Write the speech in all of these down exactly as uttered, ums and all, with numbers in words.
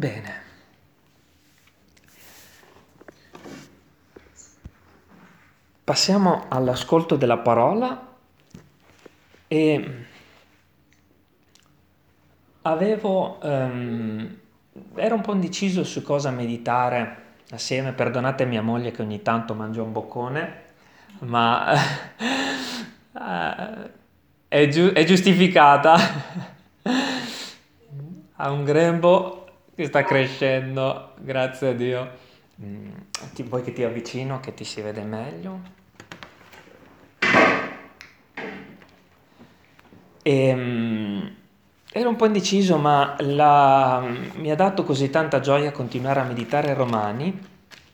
Bene. Passiamo all'ascolto della parola e avevo, ehm, ero un po' indeciso su cosa meditare assieme, perdonate mia moglie che ogni tanto mangia un boccone, ma eh, è, giu- è giustificata. Ha un grembo che sta crescendo, grazie a Dio. Mm, ti- vuoi che ti avvicino, che ti si vede meglio? E, mm, ero un po' indeciso, ma la- mi ha dato così tanta gioia continuare a meditare Romani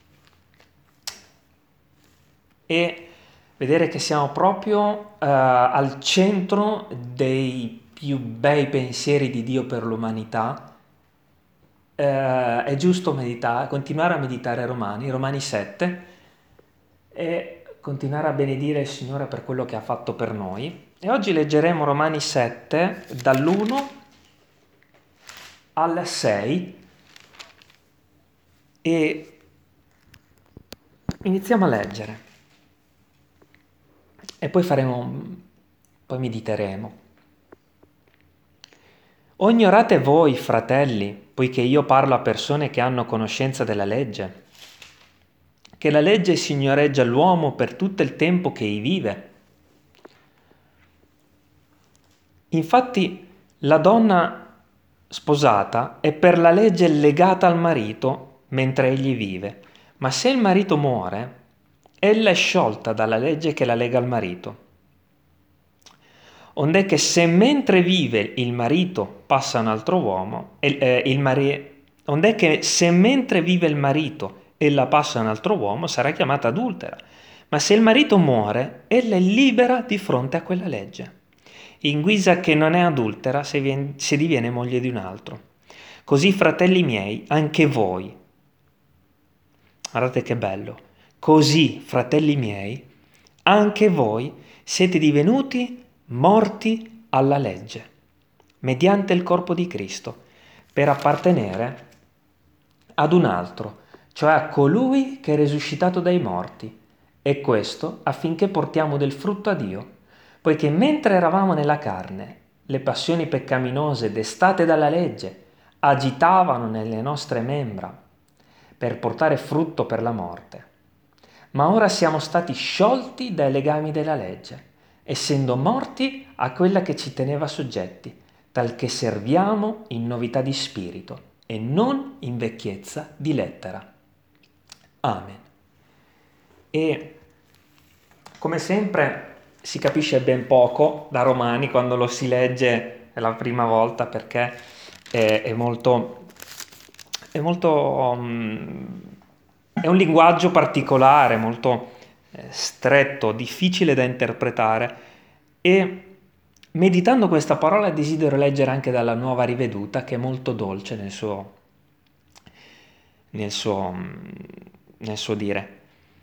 e vedere che siamo proprio eh, al centro dei più bei pensieri di Dio per l'umanità. Eh, è giusto meditare, continuare a meditare Romani, Romani sette, e continuare a benedire il Signore per quello che ha fatto per noi. E oggi leggeremo Romani sette dall'uno al sei e iniziamo a leggere e poi faremo, poi mediteremo. O ignorate voi, fratelli, poiché io parlo a persone che hanno conoscenza della legge, che la legge signoreggia l'uomo per tutto il tempo che ei vive. Infatti la donna sposata è per la legge legata al marito mentre egli vive, ma se il marito muore, ella è sciolta dalla legge che la lega al marito. Ond'è che se mentre vive il marito passa un altro uomo, eh, eh, il mari- ond'è che se mentre vive il marito ella passa un altro uomo, sarà chiamata adultera. Ma se il marito muore, ella è libera di fronte a quella legge, in guisa che non è adultera se, vien- se diviene moglie di un altro. Così, fratelli miei, anche voi, guardate che bello, così, fratelli miei, anche voi siete divenuti morti alla legge, mediante il corpo di Cristo, per appartenere ad un altro, cioè a colui che è risuscitato dai morti, e questo affinché portiamo del frutto a Dio, poiché mentre eravamo nella carne, le passioni peccaminose destate dalla legge agitavano nelle nostre membra per portare frutto per la morte. Ma ora siamo stati sciolti dai legami della legge, essendo morti a quella che ci teneva soggetti, talché serviamo in novità di spirito e non in vecchiezza di lettera. Amen. E come sempre si capisce ben poco da Romani quando lo si legge la prima volta perché è, è molto, è molto, um, è un linguaggio particolare, molto eh, stretto, difficile da interpretare e meditando questa parola desidero leggere anche dalla Nuova Riveduta che è molto dolce nel suo, nel suo, nel suo dire.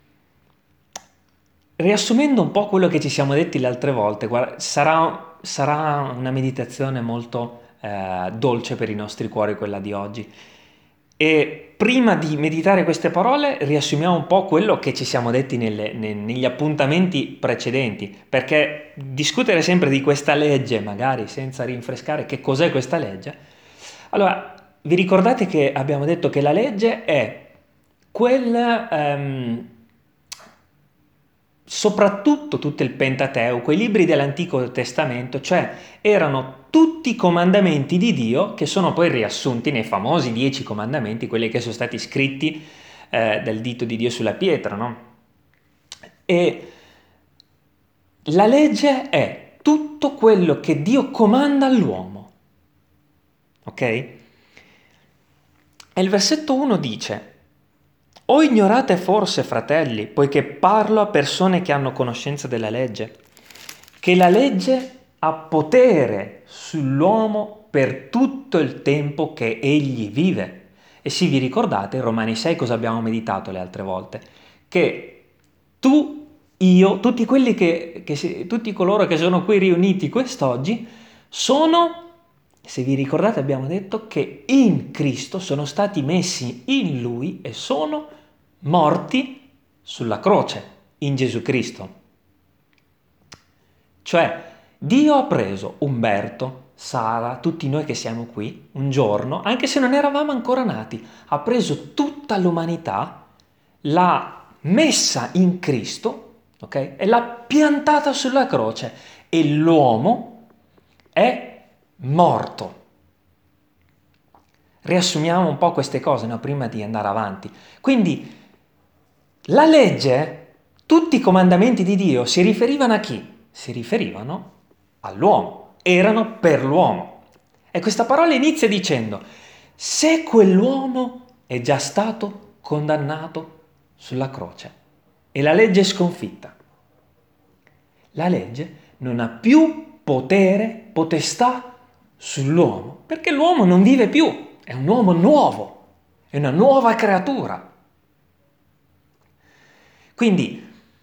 Riassumendo un po' quello che ci siamo detti le altre volte, guarda, sarà, sarà una meditazione molto eh, dolce per i nostri cuori quella di oggi. E prima di meditare queste parole riassumiamo un po' quello che ci siamo detti nelle- ne- negli appuntamenti precedenti, perché discutere sempre di questa legge, magari senza rinfrescare che cos'è questa legge. Allora, vi ricordate che abbiamo detto che la legge è quel... ehm, soprattutto tutto il Pentateuco, i libri dell'Antico Testamento, cioè erano tutti comandamenti di Dio che sono poi riassunti nei famosi dieci comandamenti, quelli che sono stati scritti eh, dal dito di Dio sulla pietra, no? E la legge è tutto quello che Dio comanda all'uomo, ok? E il versetto uno dice: o ignorate forse, fratelli, poiché parlo a persone che hanno conoscenza della legge, che la legge ha potere sull'uomo per tutto il tempo che egli vive. E sì, vi ricordate, in Romani sei cosa abbiamo meditato le altre volte? Che tu, io, tutti quelli che, che si- tutti coloro che sono qui riuniti quest'oggi sono se vi ricordate abbiamo detto che in Cristo sono stati messi in Lui e sono morti sulla croce, in Gesù Cristo. Cioè, Dio ha preso Umberto, Sara, tutti noi che siamo qui, un giorno, anche se non eravamo ancora nati, ha preso tutta l'umanità, l'ha messa in Cristo, ok? E l'ha piantata sulla croce e l'uomo è morto. Riassumiamo un po' queste cose, no? Prima di andare avanti. Quindi la legge, tutti i comandamenti di Dio si riferivano a chi? Si riferivano all'uomo, erano per l'uomo. E questa parola inizia dicendo: se quell'uomo è già stato condannato sulla croce e la legge è sconfitta, la legge non ha più potere, potestà sull'uomo, perché l'uomo non vive più, è un uomo nuovo, è una nuova creatura. Quindi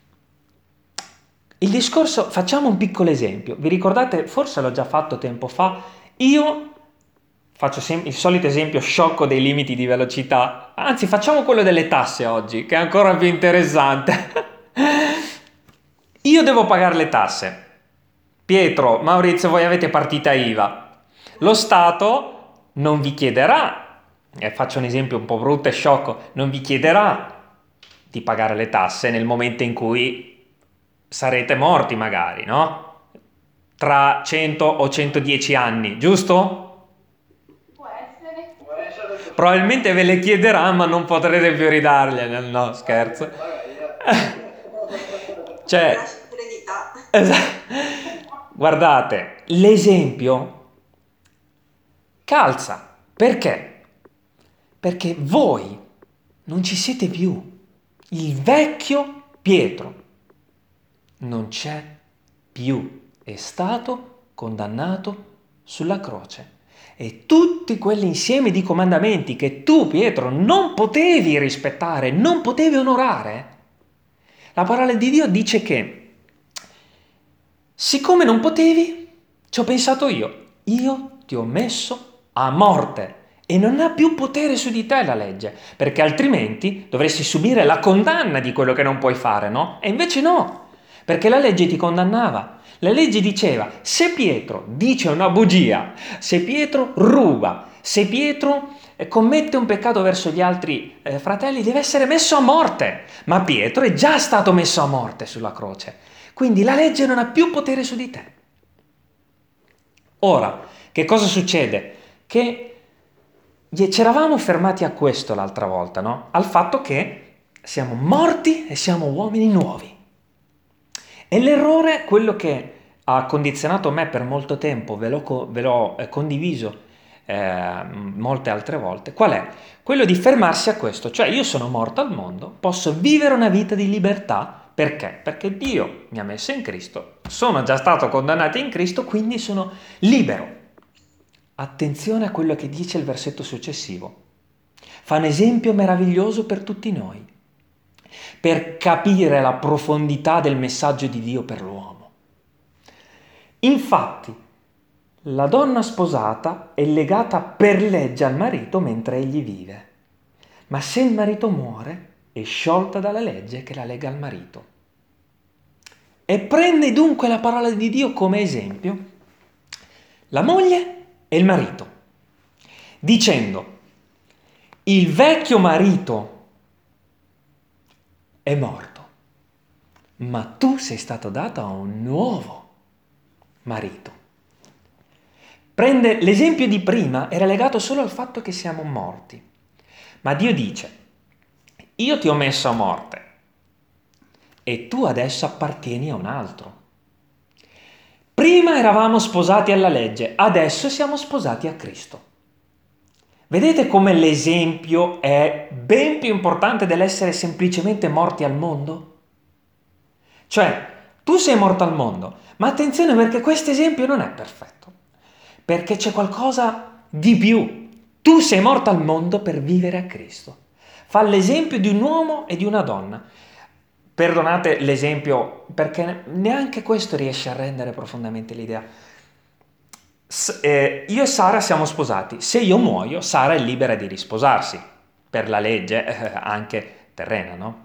il discorso, facciamo un piccolo esempio, vi ricordate, forse l'ho già fatto tempo fa, io faccio sempre il solito esempio sciocco dei limiti di velocità, anzi facciamo quello delle tasse oggi, che è ancora più interessante. Io devo pagare le tasse. Pietro, Maurizio, voi avete partita I V A. Lo Stato non vi chiederà, e faccio un esempio un po' brutto e sciocco, non vi chiederà di pagare le tasse nel momento in cui sarete morti magari, no? Tra cento o centodieci anni, giusto? Può essere. Può essere. Probabilmente ve le chiederà, ma non potrete più ridargliene. No, scherzo. Cioè, guardate, l'esempio calza. Perché? Perché voi non ci siete più. Il vecchio Pietro non c'è più, è stato condannato sulla croce. E tutti quell'insieme di comandamenti che tu, Pietro, non potevi rispettare, non potevi onorare, la parola di Dio dice che, siccome non potevi, ci ho pensato io, io ti ho messo a morte e non ha più potere su di te la legge, perché altrimenti dovresti subire la condanna di quello che non puoi fare, no? E invece no, perché la legge ti condannava. La legge diceva, se Pietro dice una bugia, se Pietro ruba, se Pietro eh, commette un peccato verso gli altri eh, fratelli, deve essere messo a morte. Ma Pietro è già stato messo a morte sulla croce. Quindi la legge non ha più potere su di te. Ora, che cosa succede? Che ci eravamo fermati a questo l'altra volta, no? Al fatto che siamo morti e siamo uomini nuovi. E l'errore, quello che ha condizionato me per molto tempo, ve l'ho, ve l'ho eh, condiviso eh, molte altre volte, qual è? Quello di fermarsi a questo, cioè io sono morto al mondo, posso vivere una vita di libertà, perché? Perché Dio mi ha messo in Cristo, sono già stato condannato in Cristo, quindi sono libero. Attenzione a quello che dice il versetto successivo. Fa un esempio meraviglioso per tutti noi, per capire la profondità del messaggio di Dio per l'uomo. Infatti, la donna sposata è legata per legge al marito mentre egli vive, ma se il marito muore è sciolta dalla legge che la lega al marito. E prende dunque la parola di Dio come esempio la moglie e il marito, dicendo: il vecchio marito è morto, ma tu sei stato dato a un nuovo marito. Prende l'esempio di prima, era legato solo al fatto che siamo morti, ma Dio dice: io ti ho messo a morte e tu adesso appartieni a un altro. Prima eravamo sposati alla legge, adesso siamo sposati a Cristo. Vedete come l'esempio è ben più importante dell'essere semplicemente morti al mondo? Cioè, tu sei morto al mondo, ma attenzione perché questo esempio non è perfetto, perché c'è qualcosa di più. Tu sei morto al mondo per vivere a Cristo. Fa l'esempio di un uomo e di una donna. Perdonate l'esempio, perché neanche questo riesce a rendere profondamente l'idea. S- eh, io e Sara siamo sposati. Se io muoio, Sara è libera di risposarsi, per la legge eh, anche terrena, no?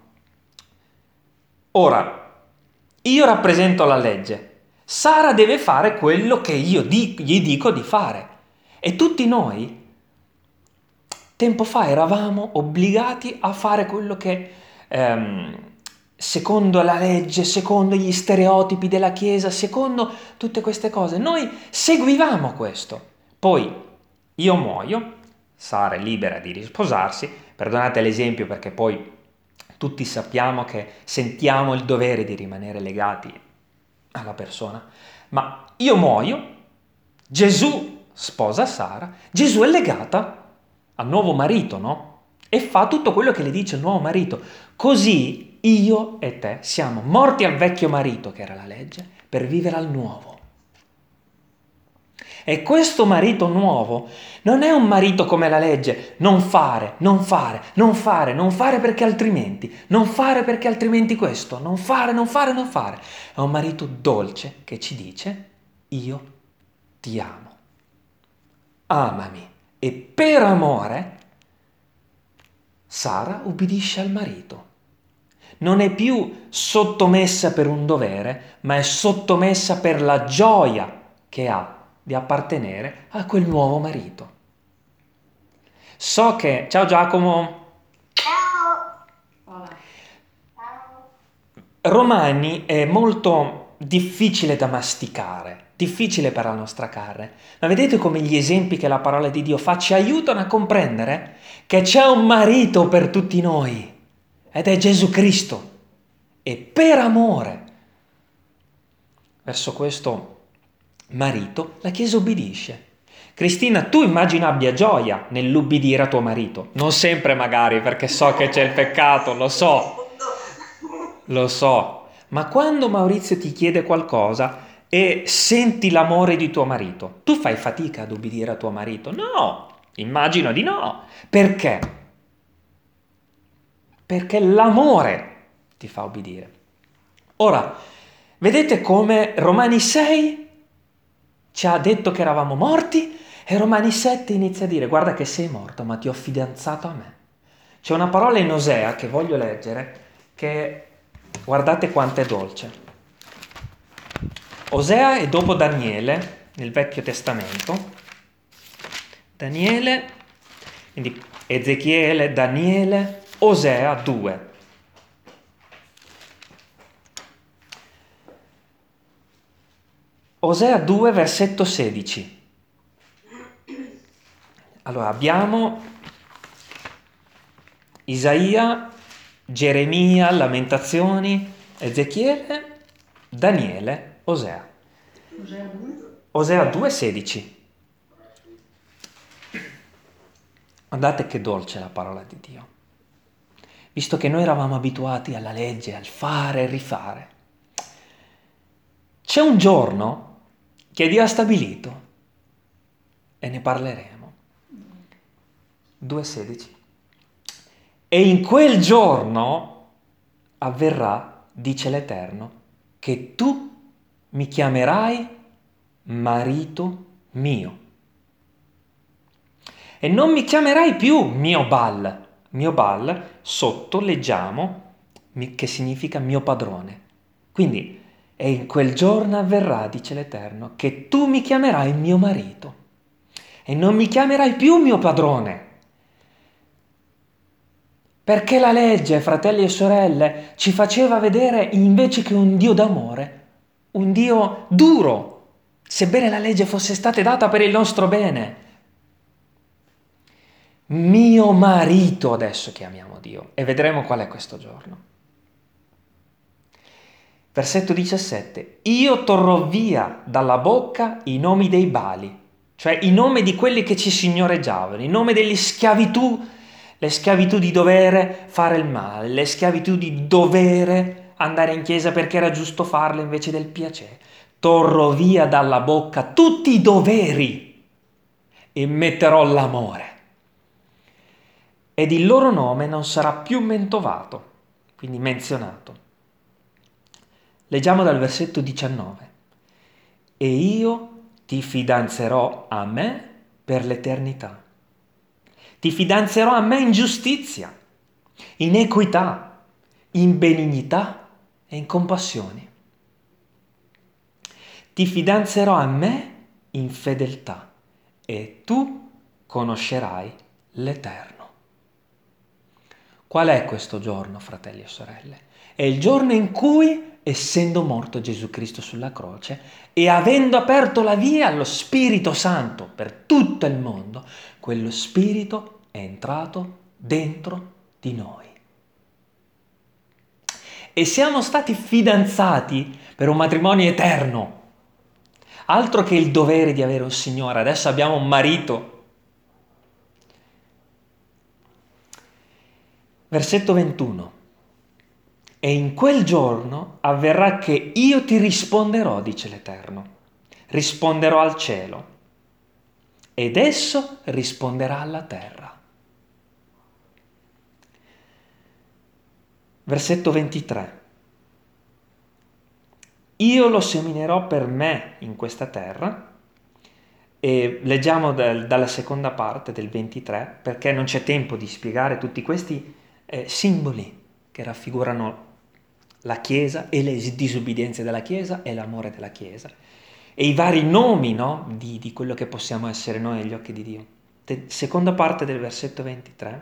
Ora, io rappresento la legge. Sara deve fare quello che io di- gli dico di fare. E tutti noi, tempo fa, eravamo obbligati a fare quello che, ehm, secondo la legge, secondo gli stereotipi della Chiesa, secondo tutte queste cose, noi seguivamo questo. Poi io muoio, Sara è libera di risposarsi, perdonate l'esempio perché poi tutti sappiamo che sentiamo il dovere di rimanere legati alla persona, ma io muoio, Gesù sposa Sara, Gesù è legata al nuovo marito, no? E fa tutto quello che le dice il nuovo marito. Così io e te siamo morti al vecchio marito, che era la legge, per vivere al nuovo. E questo marito nuovo non è un marito come la legge, non fare, non fare, non fare, non fare perché altrimenti, non fare perché altrimenti questo, non fare, non fare, non fare. È un marito dolce che ci dice, io ti amo, amami. E per amore Sara ubbidisce al marito. Non è più sottomessa per un dovere, ma è sottomessa per la gioia che ha di appartenere a quel nuovo marito. So che... Ciao Giacomo! Hola. Ciao. Romani è molto difficile da masticare, difficile per la nostra carne, ma vedete come gli esempi che la parola di Dio fa ci aiutano a comprendere che c'è un marito per tutti noi ed è Gesù Cristo e per amore verso questo marito la Chiesa ubbidisce. Cristina, tu immagino abbia gioia nell'ubbidire a tuo marito, non sempre magari perché so che c'è il peccato, lo so, lo so, ma quando Maurizio ti chiede qualcosa e senti l'amore di tuo marito, tu fai fatica ad ubbidire a tuo marito? No, immagino di no. Perché? Perché l'amore ti fa ubbidire. Ora, vedete come Romani sei ci ha detto che eravamo morti e Romani sette inizia a dire guarda che sei morto ma ti ho fidanzato a me. C'è una parola in Osea che voglio leggere che guardate quanto è dolce. Osea è dopo Daniele nel Vecchio Testamento. Daniele, quindi Ezechiele, Daniele, Osea due. Osea due, versetto sedici. Allora abbiamo Isaia, Geremia, Lamentazioni, Ezechiele, Daniele, Osea. Osea due? Osea due, sedici. Guardate che dolce la parola di Dio. Visto che noi eravamo abituati alla legge, al fare e rifare, c'è un giorno che Dio ha stabilito e ne parleremo. due sedici. E in quel giorno avverrà, dice l'Eterno, che tu mi chiamerai marito mio. E non mi chiamerai più mio Baal. Mio Baal, sotto leggiamo che significa mio padrone. Quindi, e in quel giorno avverrà, dice l'Eterno, che tu mi chiamerai mio marito. E non mi chiamerai più mio padrone. Perché la legge, fratelli e sorelle, ci faceva vedere invece che un Dio d'amore, un Dio duro, sebbene la legge fosse stata data per il nostro bene. Mio marito adesso chiamiamo Dio e vedremo qual è questo giorno. Versetto diciassette. Io torrò via dalla bocca i nomi dei Bali, cioè i nomi di quelli che ci signoreggiavano, i nomi delle schiavitù, le schiavitù di dovere fare il male, le schiavitù di dovere andare in chiesa perché era giusto farlo invece del piacere. Torrò via dalla bocca tutti i doveri e metterò l'amore. Ed il loro nome non sarà più mentovato, quindi menzionato. Leggiamo dal versetto diciannove. E io ti fidanzerò a me per l'eternità. Ti fidanzerò a me in giustizia, in equità, in benignità e in compassione. Ti fidanzerò a me in fedeltà e tu conoscerai l'Eterno. Qual è questo giorno, fratelli e sorelle? È il giorno in cui, essendo morto Gesù Cristo sulla croce e avendo aperto la via allo Spirito Santo per tutto il mondo, quello Spirito è entrato dentro di noi. E siamo stati fidanzati per un matrimonio eterno. Altro che il dovere di avere un Signore, adesso abbiamo un marito. Versetto ventuno. E in quel giorno avverrà che io ti risponderò, dice l'Eterno. Risponderò al cielo ed esso risponderà alla terra. Versetto ventitré. Io lo seminerò per me in questa terra. E leggiamo dal, dalla seconda parte del ventitré, perché non c'è tempo di spiegare tutti questi eh, simboli che raffigurano la Chiesa e le disubbidienze della Chiesa e l'amore della Chiesa e i vari nomi, no, di, di quello che possiamo essere noi agli occhi di Dio. De, seconda parte del versetto ventitré.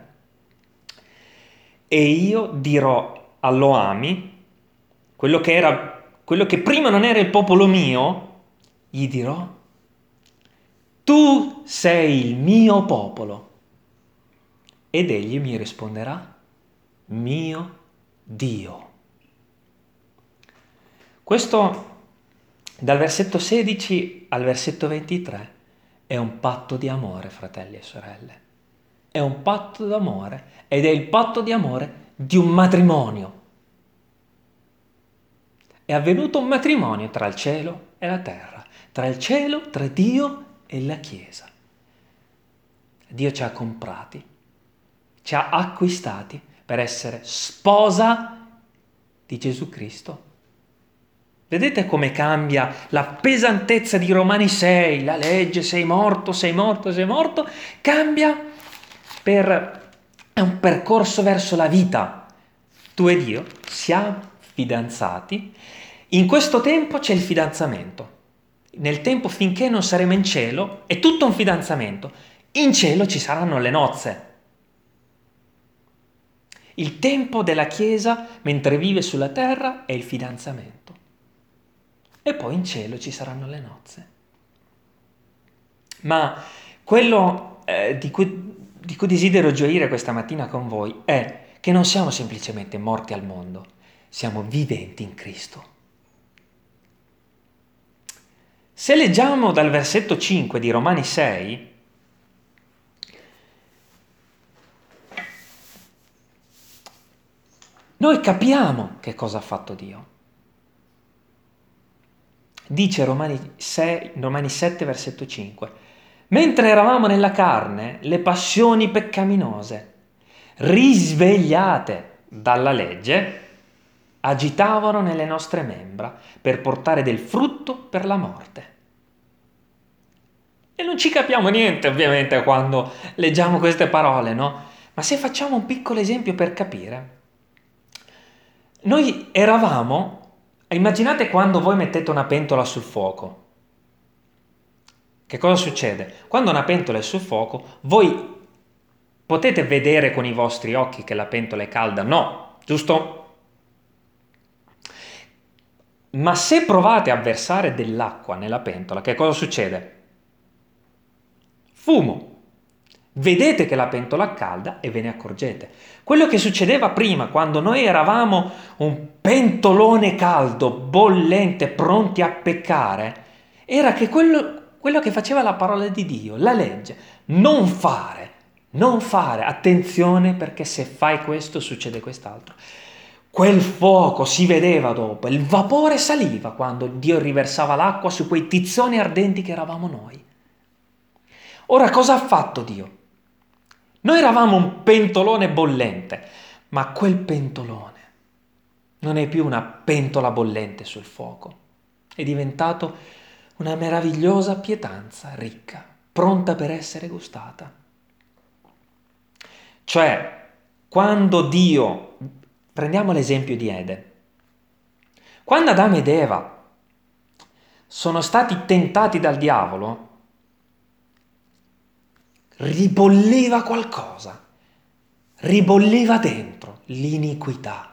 E io dirò a Lo-Ami, quello che era, quello che prima non era il popolo mio, gli dirò: tu sei il mio popolo. Ed egli mi risponderà: mio Dio. Questo dal versetto sedici al versetto ventitré è un patto di amore, fratelli e sorelle. È un patto d'amore ed è il patto di amore di un matrimonio. È avvenuto un matrimonio tra il cielo e la terra, tra il cielo, tra Dio e la Chiesa. Dio ci ha comprati, ci ha acquistati per essere sposa di Gesù Cristo. Vedete come cambia la pesantezza di Romani sei, la legge, sei morto, sei morto, sei morto, cambia per è un percorso verso la vita. Tu ed io siamo fidanzati. In questo tempo c'è il fidanzamento. Nel tempo finché non saremo in cielo è tutto un fidanzamento. In cielo ci saranno le nozze. Il tempo della Chiesa mentre vive sulla terra è il fidanzamento. E poi in cielo ci saranno le nozze. Ma quello eh, di, cui, di cui desidero gioire questa mattina con voi è che non siamo semplicemente morti al mondo, siamo viventi in Cristo. Se leggiamo dal versetto cinque di Romani sei, noi capiamo che cosa ha fatto Dio. Dice Romani, sei, Romani sette, versetto cinque. Mentre eravamo nella carne, le passioni peccaminose, risvegliate dalla legge, agitavano nelle nostre membra per portare del frutto per la morte. E non ci capiamo niente, ovviamente, quando leggiamo queste parole, no? Ma se facciamo un piccolo esempio per capire, noi eravamo... Immaginate quando voi mettete una pentola sul fuoco. Che cosa succede? Quando una pentola è sul fuoco, voi potete vedere con i vostri occhi che la pentola è calda? No, giusto? Ma se provate a versare dell'acqua nella pentola, che cosa succede? Fumo. Vedete che la pentola è calda e ve ne accorgete. Quello che succedeva prima, quando noi eravamo un pentolone caldo, bollente, pronti a peccare, era che quello, quello che faceva la parola di Dio, la legge, non fare, non fare, attenzione perché se fai questo succede quest'altro. Quel fuoco si vedeva dopo, il vapore saliva quando Dio riversava l'acqua su quei tizzoni ardenti che eravamo noi. Ora cosa ha fatto Dio? Noi eravamo un pentolone bollente, ma quel pentolone non è più una pentola bollente sul fuoco, è diventato una meravigliosa pietanza ricca, pronta per essere gustata. Cioè, quando Dio, prendiamo l'esempio di Eden, quando Adamo ed Eva sono stati tentati dal diavolo, ribolliva qualcosa, ribolliva dentro l'iniquità.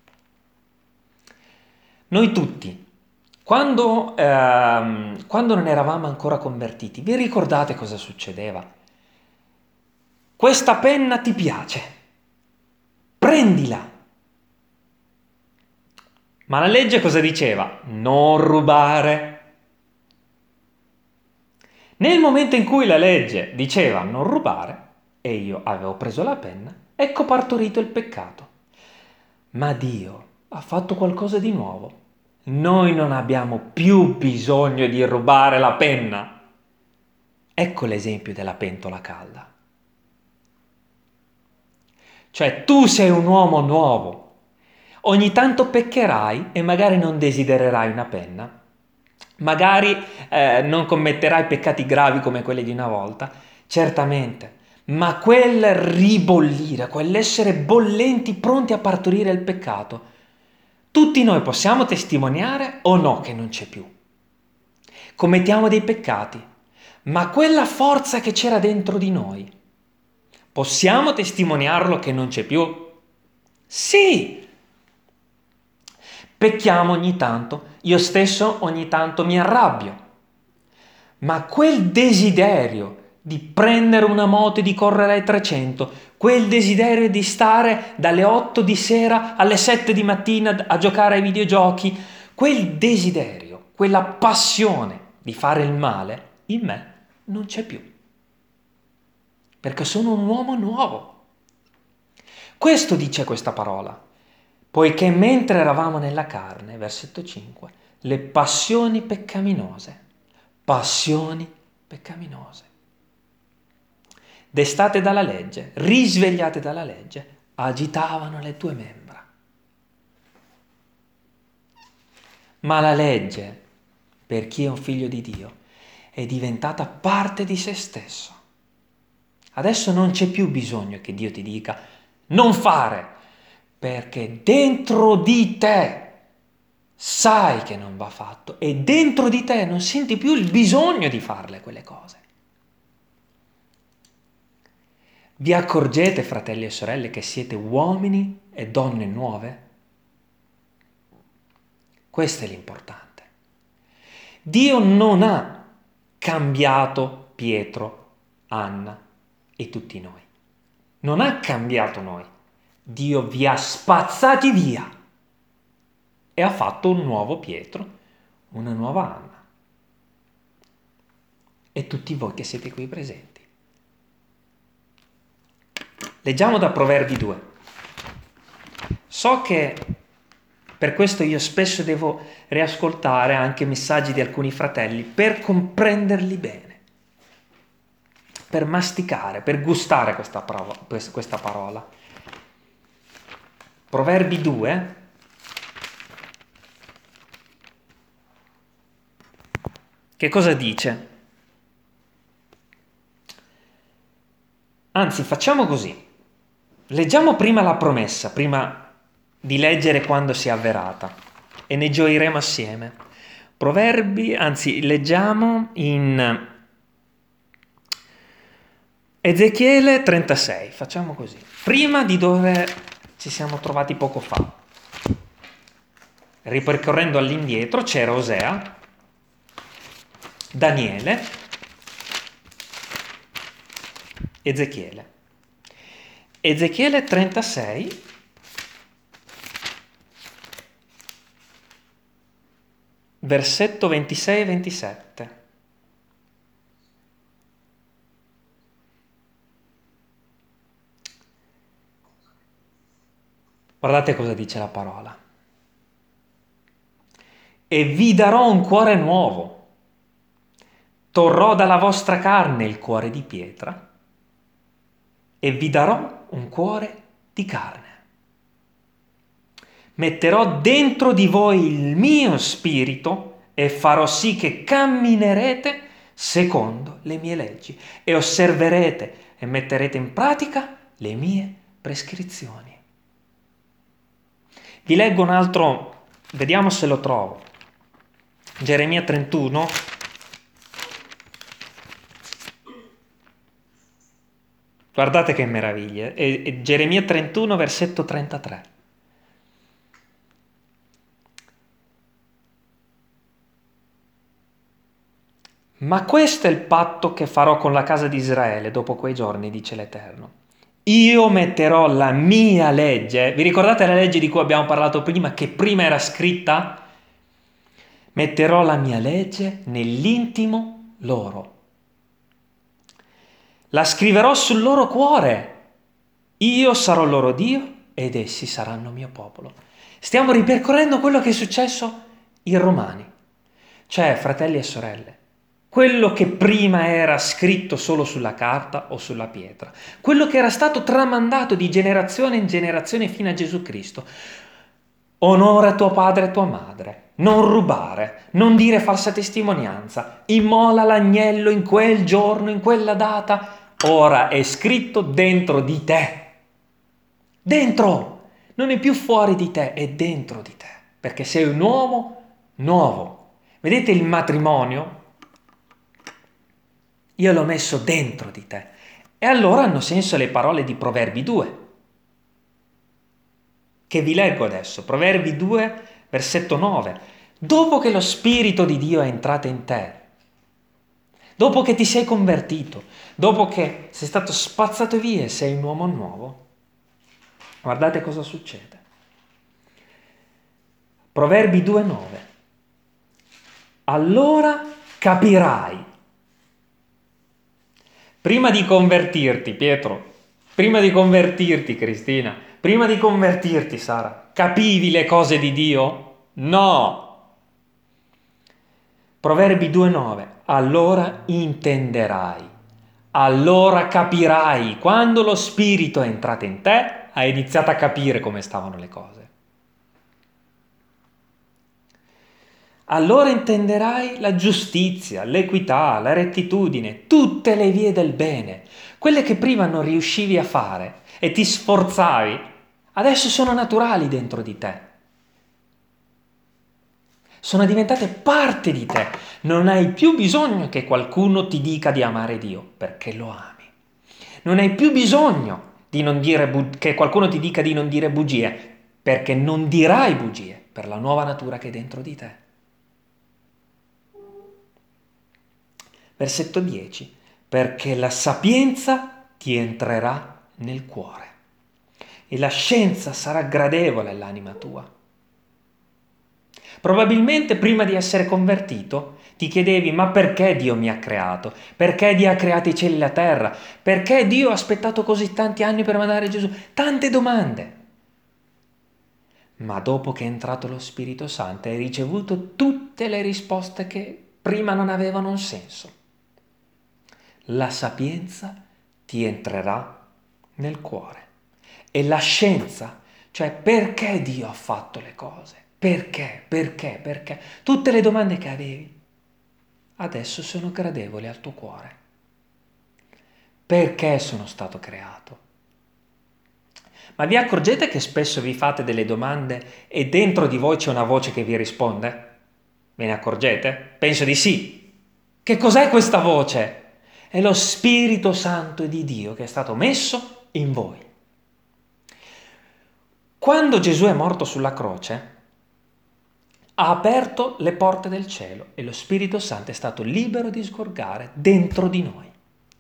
Noi tutti, quando, ehm, quando non eravamo ancora convertiti, vi ricordate cosa succedeva? Questa penna ti piace, prendila. Ma la legge cosa diceva? Non rubare. Nel momento in cui la legge diceva non rubare, e io avevo preso la penna, ecco partorito il peccato. Ma Dio ha fatto qualcosa di nuovo. Noi non abbiamo più bisogno di rubare la penna. Ecco l'esempio della pentola calda. Cioè, tu sei un uomo nuovo. Ogni tanto peccherai e magari non desidererai una penna. Magari eh, non commetterai peccati gravi come quelli di una volta, certamente, ma quel ribollire, quell'essere bollenti pronti a partorire il peccato, tutti noi possiamo testimoniare o no che non c'è più. Commettiamo dei peccati, ma quella forza che c'era dentro di noi, possiamo testimoniarlo che non c'è più? Sì! Pecchiamo ogni tanto, io stesso ogni tanto mi arrabbio, ma quel desiderio di prendere una moto e di correre ai trecento, quel desiderio di stare dalle otto di sera alle sette di mattina a giocare ai videogiochi, quel desiderio, quella passione di fare il male, in me non c'è più, perché sono un uomo nuovo. Questo dice questa parola. Poiché mentre eravamo nella carne, versetto cinque, le passioni peccaminose, passioni peccaminose, destate dalla legge, risvegliate dalla legge, agitavano le tue membra. Ma la legge, per chi è un figlio di Dio, è diventata parte di se stesso. Adesso non c'è più bisogno che Dio ti dica non fare, perché dentro di te sai che non va fatto e dentro di te non senti più il bisogno di farle quelle cose. Vi accorgete, fratelli e sorelle, che siete uomini e donne nuove? Questo è l'importante. Dio non ha cambiato Pietro, Anna e tutti noi. Non ha cambiato noi. Dio vi ha spazzati via e ha fatto un nuovo Pietro, una nuova Anna. E tutti voi che siete qui presenti. Leggiamo da Proverbi due. So che per questo io spesso devo riascoltare anche messaggi di alcuni fratelli per comprenderli bene, per masticare, per gustare questa parola. Questa parola. Proverbi due, che cosa dice? Anzi, facciamo così. Leggiamo prima la promessa, prima di leggere quando si è avverata, e ne gioiremo assieme. Proverbi, anzi, leggiamo in Ezechiele trentasei, facciamo così. Prima di dove ci siamo trovati poco fa. Ripercorrendo all'indietro c'era Osea, Daniele, Ezechiele. Ezechiele trentasei, versetto ventisei e ventisette. Guardate cosa dice la parola. E vi darò un cuore nuovo. Torrò dalla vostra carne il cuore di pietra e vi darò un cuore di carne. Metterò dentro di voi il mio spirito e farò sì che camminerete secondo le mie leggi e osserverete e metterete in pratica le mie prescrizioni. Vi leggo un altro, vediamo se lo trovo. Geremia trentuno. Guardate che meraviglia. È, è Geremia trentuno, versetto trentatré. Ma questo è il patto che farò con la casa di Israele dopo quei giorni, dice l'Eterno. Io metterò la mia legge. Vi ricordate la legge di cui abbiamo parlato prima, che prima era scritta? Metterò la mia legge nell'intimo loro. La scriverò sul loro cuore. Io sarò loro Dio ed essi saranno mio popolo. Stiamo ripercorrendo quello che è successo in Romani. Cioè, fratelli e sorelle, quello che prima era scritto solo sulla carta o sulla pietra, quello che era stato tramandato di generazione in generazione fino a Gesù Cristo. Onora tuo padre e tua madre, non rubare, non dire falsa testimonianza, immola l'agnello in quel giorno, in quella data. Ora è scritto dentro di te. Dentro! Non è più fuori di te, è dentro di te. Perché sei un uomo nuovo. Vedete il matrimonio? Io l'ho messo dentro di te. E allora hanno senso le parole di Proverbi due, che vi leggo adesso. Proverbi due, versetto nove. Dopo che lo Spirito di Dio è entrato in te, dopo che ti sei convertito, dopo che sei stato spazzato via e sei un uomo nuovo, guardate cosa succede. Proverbi due nove. Allora capirai. Prima di convertirti, Pietro, prima di convertirti, Cristina, prima di convertirti, Sara, capivi le cose di Dio? No! Proverbi due nove. Allora intenderai, allora capirai. Quando lo Spirito è entrato in te, hai iniziato a capire come stavano le cose. Allora intenderai la giustizia, l'equità, la rettitudine, tutte le vie del bene, quelle che prima non riuscivi a fare e ti sforzavi, adesso sono naturali dentro di te. Sono diventate parte di te. Non hai più bisogno che qualcuno ti dica di amare Dio, perché lo ami. Non hai più bisogno di non dire bu- che qualcuno ti dica di non dire bugie, perché non dirai bugie per la nuova natura che è dentro di te. Versetto dieci. Perché la sapienza ti entrerà nel cuore e la scienza sarà gradevole all'anima tua. Probabilmente prima di essere convertito ti chiedevi: ma perché Dio mi ha creato? Perché Dio ha creato i cieli e la terra? Perché Dio ha aspettato così tanti anni per mandare Gesù? Tante domande. Ma dopo che è entrato lo Spirito Santo hai ricevuto tutte le risposte che prima non avevano un senso. La sapienza ti entrerà nel cuore e la scienza, cioè perché Dio ha fatto le cose, perché, perché, perché, tutte le domande che avevi adesso sono gradevoli al tuo cuore. Perché sono stato creato? Ma vi accorgete che spesso vi fate delle domande e dentro di voi c'è una voce che vi risponde? Ve ne accorgete? Penso di sì. Che cos'è questa voce? È lo Spirito Santo di Dio che è stato messo in voi. Quando Gesù è morto sulla croce, ha aperto le porte del cielo e lo Spirito Santo è stato libero di sgorgare dentro di noi.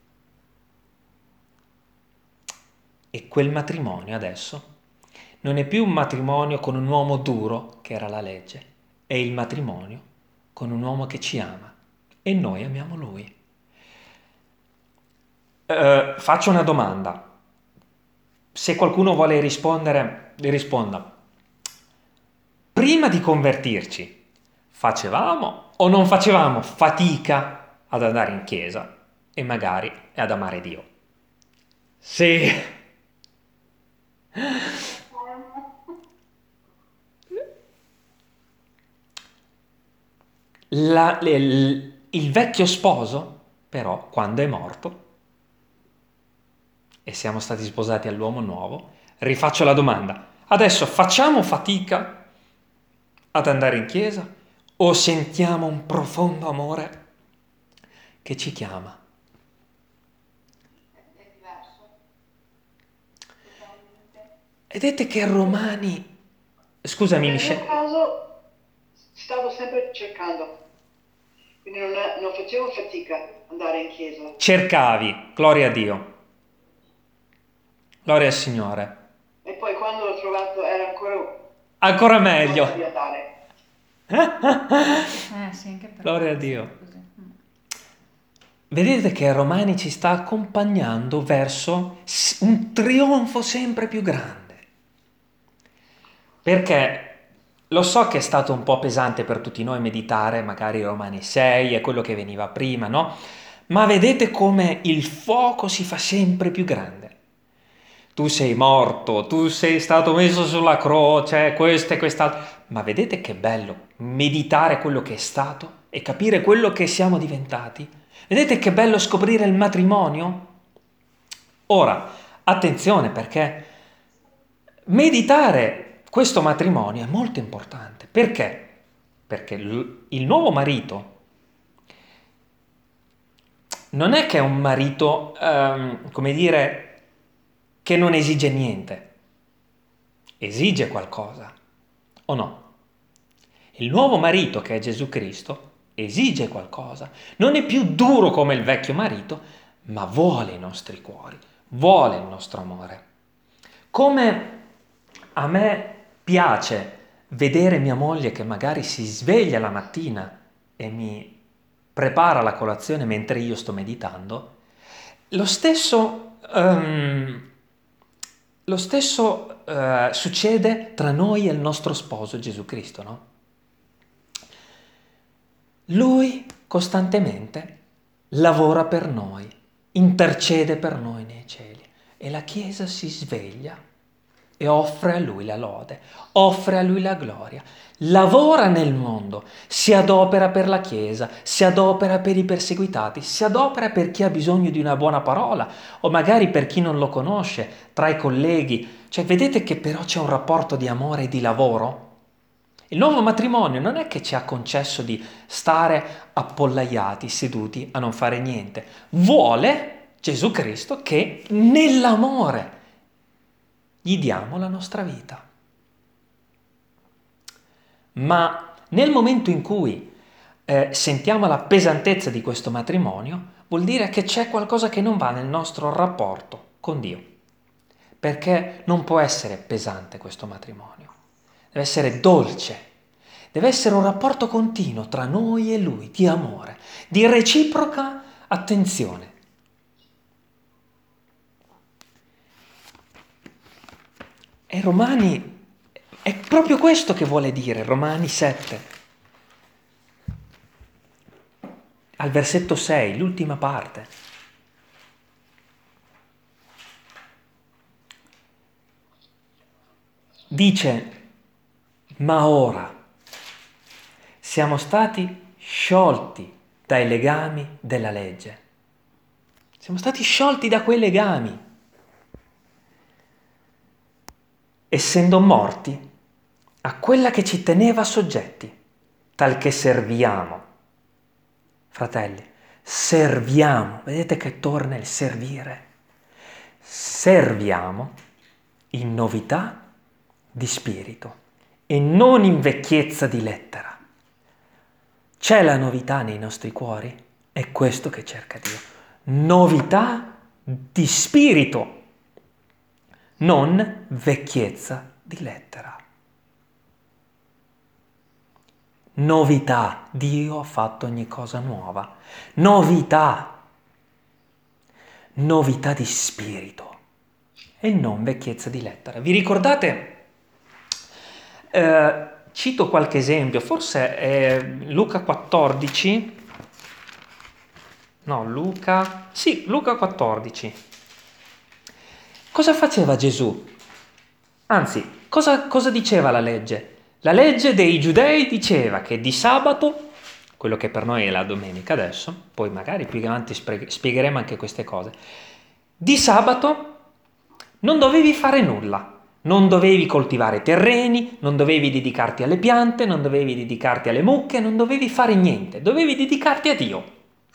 E quel matrimonio adesso non è più un matrimonio con un uomo duro, che era la legge, è il matrimonio con un uomo che ci ama e noi amiamo lui. Uh, faccio una domanda. Se qualcuno vuole rispondere, risponda. Prima di convertirci, facevamo o non facevamo fatica ad andare in chiesa e magari ad amare Dio? Sì. la- il, il vecchio sposo, però, quando è morto e siamo stati sposati all'uomo nuovo, rifaccio la domanda. Adesso facciamo fatica ad andare in chiesa o sentiamo un profondo amore che ci chiama? È diverso. Totalmente. Vedete che Romani... Scusami, Nel mio Michele. caso stavo sempre cercando, quindi non, è- non facevo fatica ad andare in chiesa. Cercavi, gloria a Dio, gloria al Signore. E poi quando l'ho trovato era ancora Ancora voglia di meglio. andare. Eh sì, anche per Gloria a me, sì, Dio. così. Mm. Vedete che Romani ci sta accompagnando verso s- un trionfo sempre più grande. Perché lo so che è stato un po' pesante per tutti noi meditare, magari Romani sei e quello che veniva prima, no? Ma vedete come il fuoco si fa sempre più grande. Tu sei morto, tu sei stato messo sulla croce, questo e quest'altro. Ma vedete che bello meditare quello che è stato e capire quello che siamo diventati. Vedete che bello scoprire il matrimonio? Ora, attenzione perché meditare questo matrimonio è molto importante. Perché? Perché l- il nuovo marito non è che è un marito, ehm, come dire, che non esige niente. Esige qualcosa, o no? Il nuovo marito, che è Gesù Cristo, esige qualcosa. Non è più duro come il vecchio marito, ma vuole i nostri cuori, vuole il nostro amore. Come a me piace vedere mia moglie che magari si sveglia la mattina e mi prepara la colazione mentre io sto meditando, lo stesso, ehm, lo stesso eh, succede tra noi e il nostro sposo Gesù Cristo, no? Lui costantemente lavora per noi, intercede per noi nei cieli e la Chiesa si sveglia e offre a Lui la lode, offre a Lui la gloria, lavora nel mondo, si adopera per la Chiesa, si adopera per i perseguitati, si adopera per chi ha bisogno di una buona parola o magari per chi non lo conosce, tra i colleghi. Cioè, vedete che però c'è un rapporto di amore e di lavoro? Il nuovo matrimonio non è che ci ha concesso di stare appollaiati, seduti a non fare niente. Vuole Gesù Cristo che nell'amore gli diamo la nostra vita. Ma nel momento in cui eh, sentiamo la pesantezza di questo matrimonio, vuol dire che c'è qualcosa che non va nel nostro rapporto con Dio. Perché non può essere pesante questo matrimonio. Deve essere dolce, deve essere un rapporto continuo tra noi e Lui, di amore, di reciproca attenzione. E Romani, è proprio questo che vuole dire, Romani sette, al versetto sei, l'ultima parte. Dice, ma ora siamo stati sciolti dai legami della legge. Siamo stati sciolti da quei legami. Essendo morti a quella che ci teneva soggetti, tal che serviamo. Fratelli, serviamo, vedete che torna il servire. Serviamo in novità di spirito e non in vecchiezza di lettera. C'è la novità nei nostri cuori? È questo che cerca Dio. Novità di spirito, non vecchiezza di lettera. Novità. Dio ha fatto ogni cosa nuova. Novità. Novità di spirito e non vecchiezza di lettera. Vi ricordate? Eh, cito qualche esempio, forse è Luca quattordici. No, Luca... Sì, Luca quattordici. Cosa faceva Gesù? Anzi, cosa, cosa diceva la legge? La legge dei giudei diceva che di sabato quello che per noi è la domenica adesso, poi magari più avanti spiegheremo anche queste cose. Di sabato non dovevi fare nulla, non dovevi coltivare terreni, non dovevi dedicarti alle piante, non dovevi dedicarti alle mucche, non dovevi fare niente, dovevi dedicarti a Dio.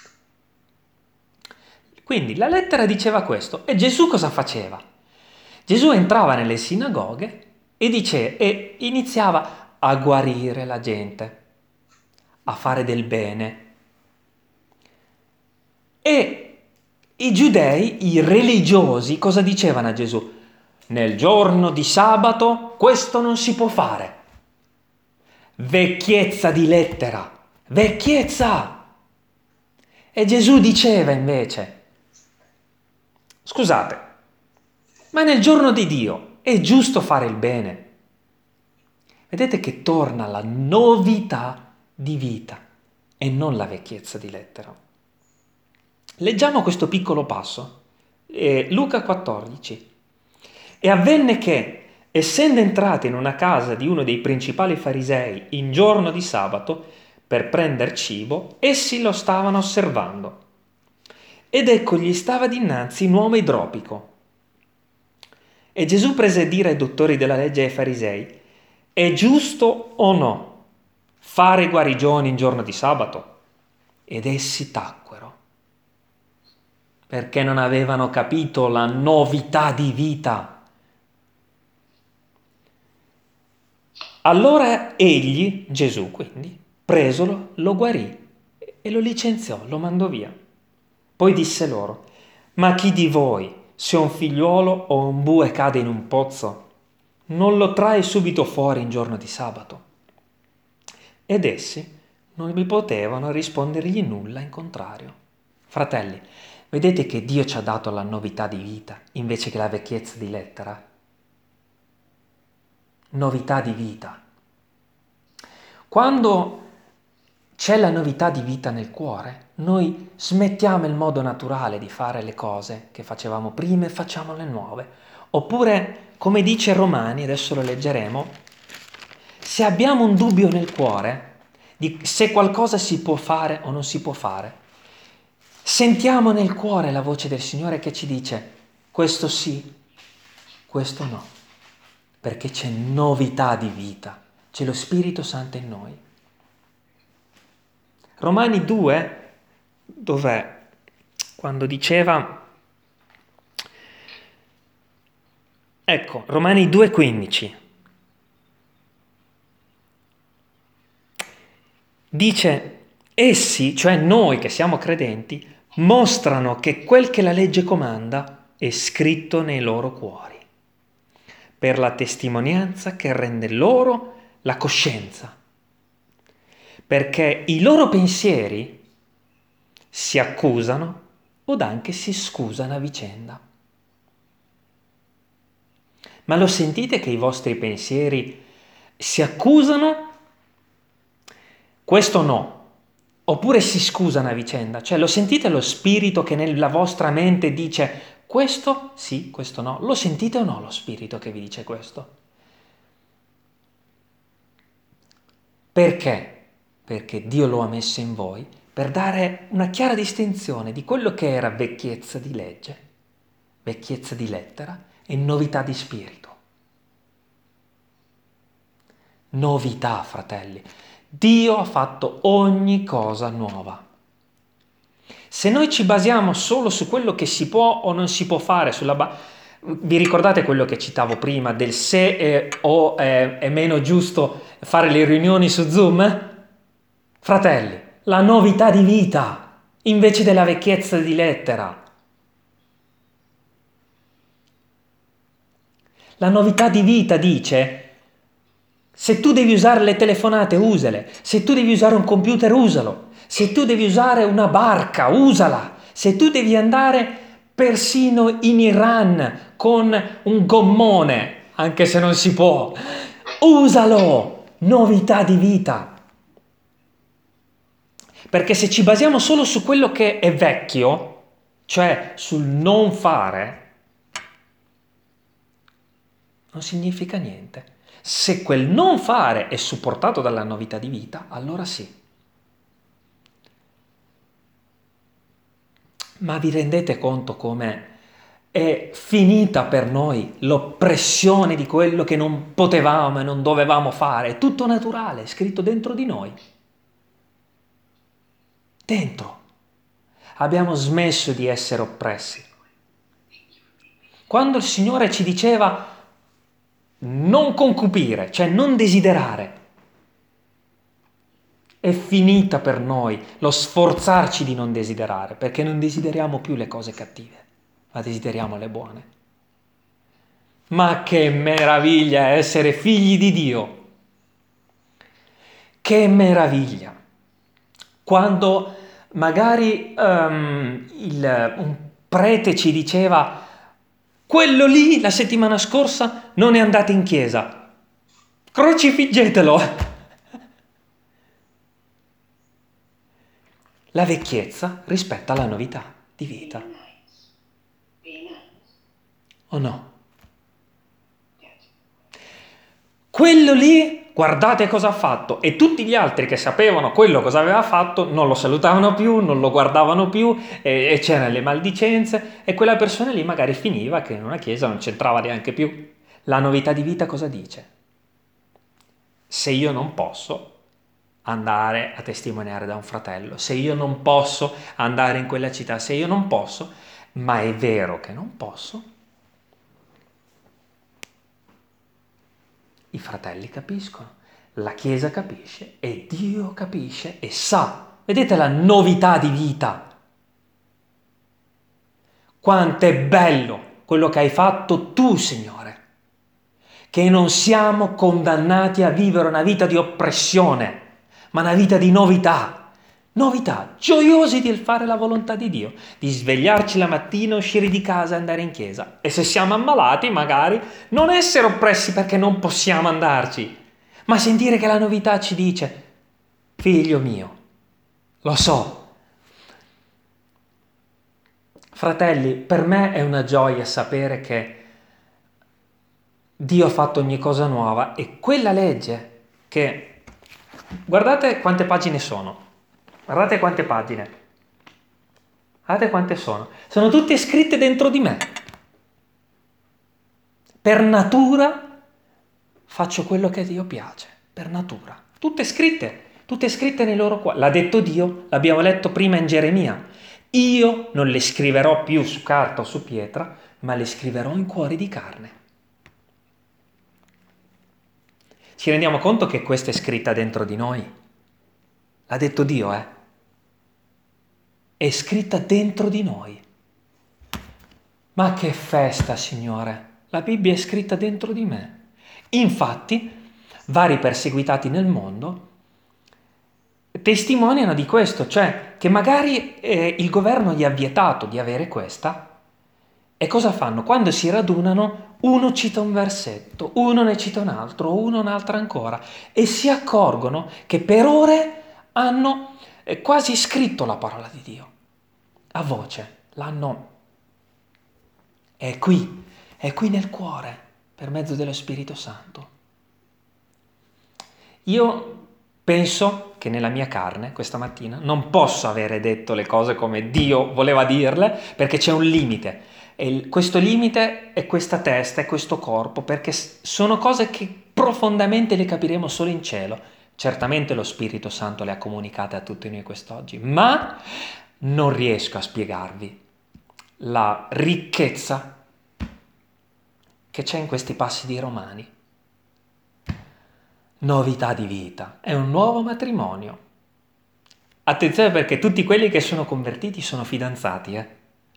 Quindi la lettera diceva questo, e Gesù cosa faceva? Gesù entrava nelle sinagoghe e, dice, e iniziava a guarire la gente, a fare del bene. E i giudei, i religiosi, cosa dicevano a Gesù? Nel giorno di sabato questo non si può fare. Vecchiezza di lettera, vecchiezza! E Gesù diceva invece, scusate, ma nel giorno di Dio è giusto fare il bene. Vedete che torna la novità di vita e non la vecchiezza di lettera. Leggiamo questo piccolo passo, eh, Luca quattordici. E avvenne che, essendo entrati in una casa di uno dei principali farisei in giorno di sabato per prender cibo, essi lo stavano osservando. Ed ecco gli stava dinanzi un uomo idropico. E Gesù prese a dire ai dottori della legge e ai farisei: è giusto o no fare guarigioni in giorno di sabato? Ed essi tacquero, perché non avevano capito la novità di vita. Allora egli, Gesù quindi, presolo, lo guarì e lo licenziò, lo mandò via. Poi disse loro: ma chi di voi, se un figliuolo o un bue cade in un pozzo, non lo trae subito fuori in giorno di sabato? Ed essi non mi potevano rispondergli nulla in contrario. Fratelli, vedete che Dio ci ha dato la novità di vita invece che la vecchiezza di lettera? Novità di vita. Quando c'è la novità di vita nel cuore, noi smettiamo il modo naturale di fare le cose che facevamo prima e facciamo le nuove. Oppure, come dice Romani, adesso lo leggeremo, se abbiamo un dubbio nel cuore di se qualcosa si può fare o non si può fare, sentiamo nel cuore la voce del Signore che ci dice questo sì, questo no, perché c'è novità di vita, c'è lo Spirito Santo in noi. Romani due, dov'è? Quando diceva, ecco, Romani due quindici, dice, essi, cioè noi che siamo credenti, mostrano che quel che la legge comanda è scritto nei loro cuori, per la testimonianza che rende loro la coscienza, perché i loro pensieri si accusano od anche si scusano a vicenda. Ma lo sentite che i vostri pensieri si accusano? Questo no. Oppure si scusano a vicenda. Cioè lo sentite lo spirito che nella vostra mente dice questo sì, questo no. Lo sentite o no lo spirito che vi dice questo? Perché? Perché Dio lo ha messo in voi per dare una chiara distinzione di quello che era vecchiezza di legge, vecchiezza di lettera e novità di spirito. Novità, fratelli. Dio ha fatto ogni cosa nuova. Se noi ci basiamo solo su quello che si può o non si può fare, sulla ba- vi ricordate quello che citavo prima del se è, o è, è meno giusto fare le riunioni su Zoom? Fratelli, la novità di vita invece della vecchiezza di lettera. La novità di vita dice: se tu devi usare le telefonate, usale. Se tu devi usare un computer, usalo. Se tu devi usare una barca, usala. Se tu devi andare persino in Iran con un gommone, anche se non si può, usalo. Novità di vita. Perché se ci basiamo solo su quello che è vecchio, cioè sul non fare, non significa niente. Se quel non fare è supportato dalla novità di vita, allora sì. Ma vi rendete conto come è finita per noi l'oppressione di quello che non potevamo e non dovevamo fare? È tutto naturale, è scritto dentro di noi. Dentro. Abbiamo smesso di essere oppressi. Quando il Signore ci diceva non concupire, cioè non desiderare, è finita per noi lo sforzarci di non desiderare, perché non desideriamo più le cose cattive, ma desideriamo le buone. Ma che meraviglia essere figli di Dio! Che meraviglia! Quando magari um, il, un prete ci diceva quello lì la settimana scorsa non è andato in chiesa, crocifiggetelo! La vecchiezza rispetta la novità di vita. O no? Quello lì, guardate cosa ha fatto. E tutti gli altri che sapevano quello cosa aveva fatto non lo salutavano più, non lo guardavano più, e, e c'erano le maldicenze, e quella persona lì magari finiva che in una chiesa non c'entrava neanche più. La novità di vita cosa dice? Se io non posso andare a testimoniare da un fratello, se io non posso andare in quella città, se io non posso, ma è vero che non posso, i fratelli capiscono, la Chiesa capisce e Dio capisce e sa. Vedete la novità di vita? Quanto è bello quello che hai fatto tu, Signore, che non siamo condannati a vivere una vita di oppressione, ma una vita di novità, novità, gioiosi di fare la volontà di Dio, di svegliarci la mattina, uscire di casa e andare in chiesa. E se siamo ammalati, magari, non essere oppressi perché non possiamo andarci, ma sentire che la novità ci dice, figlio mio, lo so. Fratelli, per me è una gioia sapere che Dio ha fatto ogni cosa nuova e quella legge che... Guardate quante pagine sono, guardate quante pagine, guardate quante sono, sono tutte scritte dentro di me. Per natura faccio quello che a Dio piace, per natura, tutte scritte, tutte scritte nei loro cuori. L'ha detto Dio, l'abbiamo letto prima in Geremia, io non le scriverò più su carta o su pietra, ma le scriverò in cuori di carne. Ci rendiamo conto che questa è scritta dentro di noi? L'ha detto Dio, eh? È scritta dentro di noi. Ma che festa, Signore! La Bibbia è scritta dentro di me. Infatti, vari perseguitati nel mondo testimoniano di questo, cioè che magari eh, il governo gli ha vietato di avere questa, e cosa fanno? Quando si radunano, uno cita un versetto, uno ne cita un altro, uno un'altra ancora, e si accorgono che per ore hanno eh, quasi scritto la parola di Dio, a voce, l'hanno, è qui, è qui nel cuore, per mezzo dello Spirito Santo. Io penso che nella mia carne, questa mattina, non posso avere detto le cose come Dio voleva dirle, perché c'è un limite. E questo limite è questa testa, è questo corpo, perché sono cose che profondamente le capiremo solo in cielo. Certamente lo Spirito Santo le ha comunicate a tutti noi quest'oggi, ma non riesco a spiegarvi la ricchezza che c'è in questi passi di Romani. Novità di vita, è un nuovo matrimonio. Attenzione, perché tutti quelli che sono convertiti sono fidanzati, eh?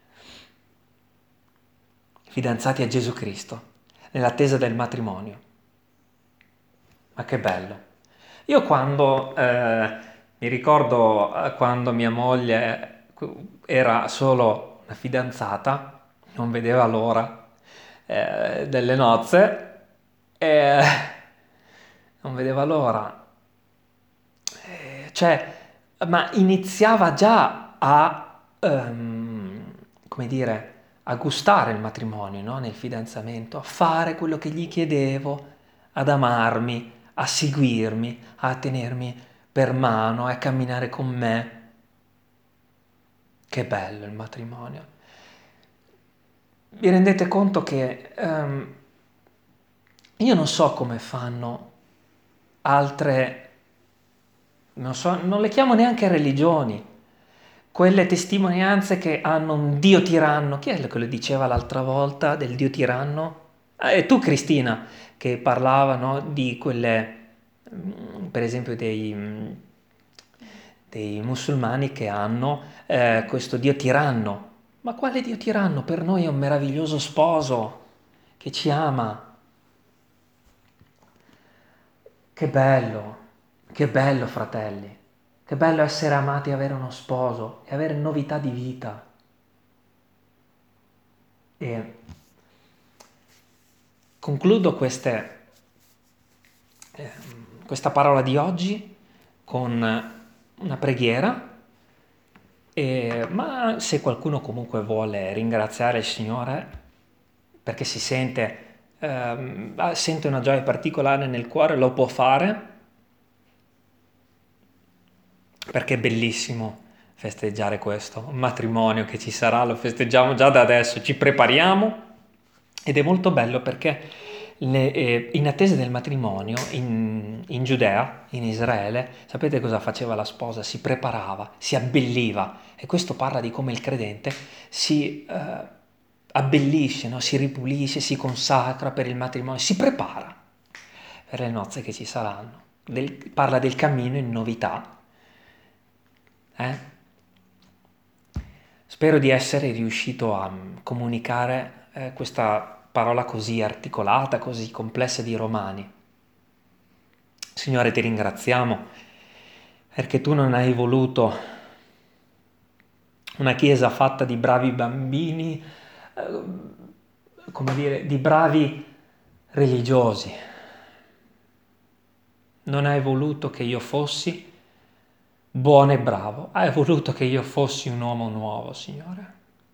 Fidanzati a Gesù Cristo, nell'attesa del matrimonio. Ma che bello. Io quando, eh, mi ricordo eh, quando mia moglie era solo una fidanzata, non vedeva l'ora eh, delle nozze, e non vedeva l'ora, eh, cioè, ma iniziava già a, um, come dire, a gustare il matrimonio, no? Nel fidanzamento, a fare quello che gli chiedevo, ad amarmi, a seguirmi, a tenermi per mano, a camminare con me. Che bello il matrimonio. Vi rendete conto che ehm, io non so come fanno altre, non so, non le chiamo neanche religioni, quelle testimonianze che hanno un Dio tiranno. Chi è che lo diceva l'altra volta del Dio tiranno? Ah, e tu Cristina, che parlava, no, di quelle, mm, per esempio dei, mm, dei musulmani che hanno eh, questo Dio tiranno. Ma quale Dio tiranno? Per noi è un meraviglioso sposo che ci ama. Che bello, che bello fratelli, che bello essere amati e avere uno sposo e avere novità di vita. E concludo queste, eh, questa parola di oggi con una preghiera, e, ma se qualcuno comunque vuole ringraziare il Signore perché si sente, ehm, sente una gioia particolare nel cuore, lo può fare perché è bellissimo festeggiare questo, un matrimonio che ci sarà, lo festeggiamo già da adesso, ci prepariamo ed è molto bello perché le- eh, in attesa del matrimonio in, in Giudea, in Israele, sapete cosa faceva la sposa? Si preparava, si abbelliva e questo parla di come il credente si eh, abbellisce, no? Si ripulisce, si consacra per il matrimonio, si prepara per le nozze che ci saranno. Del- parla del cammino in novità. Eh? Spero di essere riuscito a mm, comunicare eh, questa parola così articolata, così complessa di Romani. Signore, ti ringraziamo perché tu non hai voluto una chiesa fatta di bravi bambini, eh, come dire, di bravi religiosi. Non hai voluto che io fossi buono e bravo, hai voluto che io fossi un uomo nuovo, Signore.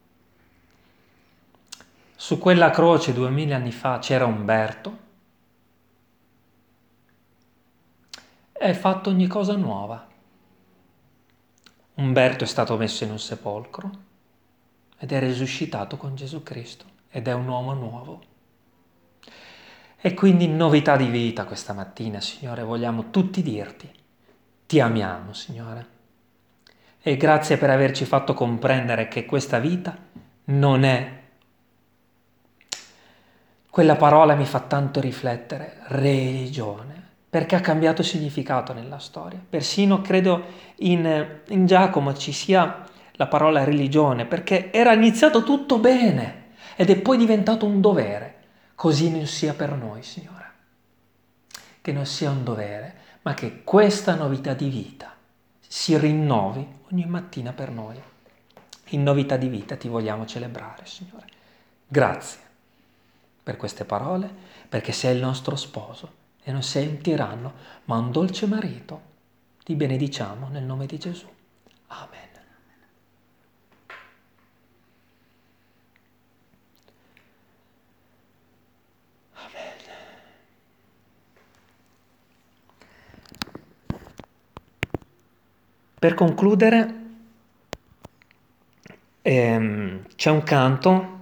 Su quella croce duemila anni fa c'era Umberto e hai fatto ogni cosa nuova. Umberto è stato messo in un sepolcro ed è risuscitato con Gesù Cristo ed è un uomo nuovo. E quindi in novità di vita questa mattina, Signore, vogliamo tutti dirti, ti amiamo, Signore. E grazie per averci fatto comprendere che questa vita non è. Quella parola mi fa tanto riflettere, religione, perché ha cambiato significato nella storia. Persino credo in, in Giacomo ci sia la parola religione, perché era iniziato tutto bene ed è poi diventato un dovere. Così non sia per noi, Signore. Che non sia un dovere, ma che questa novità di vita si rinnovi ogni mattina per noi. In novità di vita ti vogliamo celebrare, Signore. Grazie per queste parole, perché sei il nostro sposo e non sei un tiranno, ma un dolce marito. Ti benediciamo nel nome di Gesù. Amen. Amen. Per concludere, ehm, c'è un canto